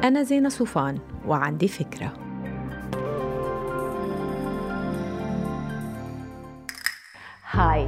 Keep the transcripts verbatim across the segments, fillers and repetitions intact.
أنا زينة صوفان وعندي فكرة. هاي،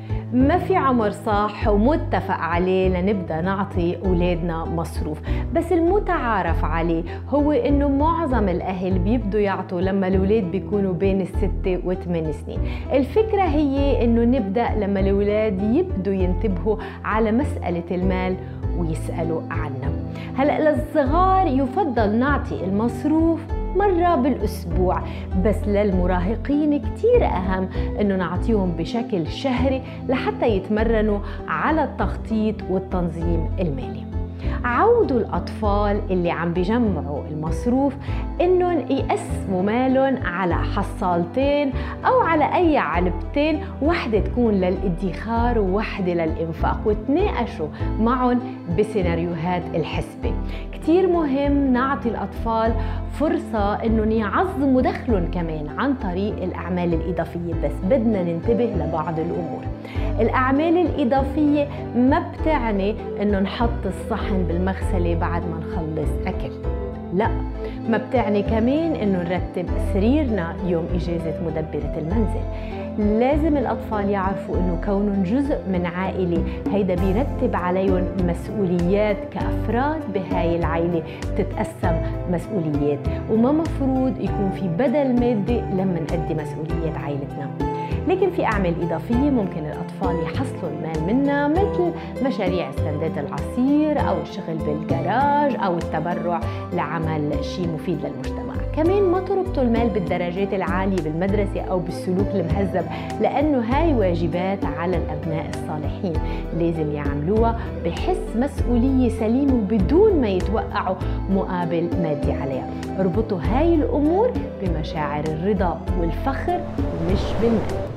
ما في عمر صح ومتفق عليه لنبدأ نعطي أولادنا مصروف، بس المتعارف عليه هو إنه معظم الأهل بيبدوا يعطوا لما الأولاد بيكونوا بين الستة وثمان سنين. الفكرة هي إنه نبدأ لما الأولاد يبدوا ينتبهوا على مسألة المال ويسألوا عنها. هلأ للصغار يفضل نعطي المصروف مرة بالأسبوع، بس للمراهقين كتير أهم إنه نعطيهم بشكل شهري لحتى يتمرنوا على التخطيط والتنظيم المالي. عودوا الأطفال اللي عم بيجمعوا المصروف إنهم يقسموا مالهم على حصالتين أو على أي علبتين، واحدة تكون للادخار وواحدة للإنفاق، وتناقشوا معهم بسيناريوهات الحسبة. كتير مهم نعطي الأطفال فرصة إنهم يعظموا دخلهم كمان عن طريق الأعمال الإضافية، بس بدنا ننتبه لبعض الأمور. الأعمال الإضافية ما بتعني إنه نحط الصحن بالمغسلة بعد ما نخلص أكل، لا، ما بتعني كمان إنه نرتب سريرنا يوم إجازة مدبرة المنزل. لازم الأطفال يعرفوا إنه كونهم جزء من عائلة هيدا بيرتب عليهم مسؤوليات كأفراد بهاي العائلة، تتقسم مسؤوليات، وما مفروض يكون في بدل مادي لما نقدم مسؤوليات عائلتنا. لكن في أعمال إضافية ممكن الأطفال يحصلوا المال منها، مثل مشاريع استنداد العصير أو الشغل بالجراج أو التبرع لعمل شيء مفيد للمجتمع. كمان ما تربطوا المال بالدرجات العالية بالمدرسة أو بالسلوك المهذب، لأنه هاي واجبات على الأبناء الصالحين لازم يعملوها بحس مسؤولية سليمة وبدون ما يتوقعوا مقابل مادي عليها. اربطوا هاي الأمور بمشاعر الرضا والفخر مش بالمال.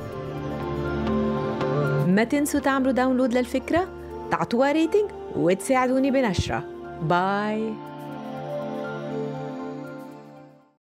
ما تنسوا تعملوا داونلود للفكرة، تعطوها ريتنج وتساعدوني بنشرة. باي.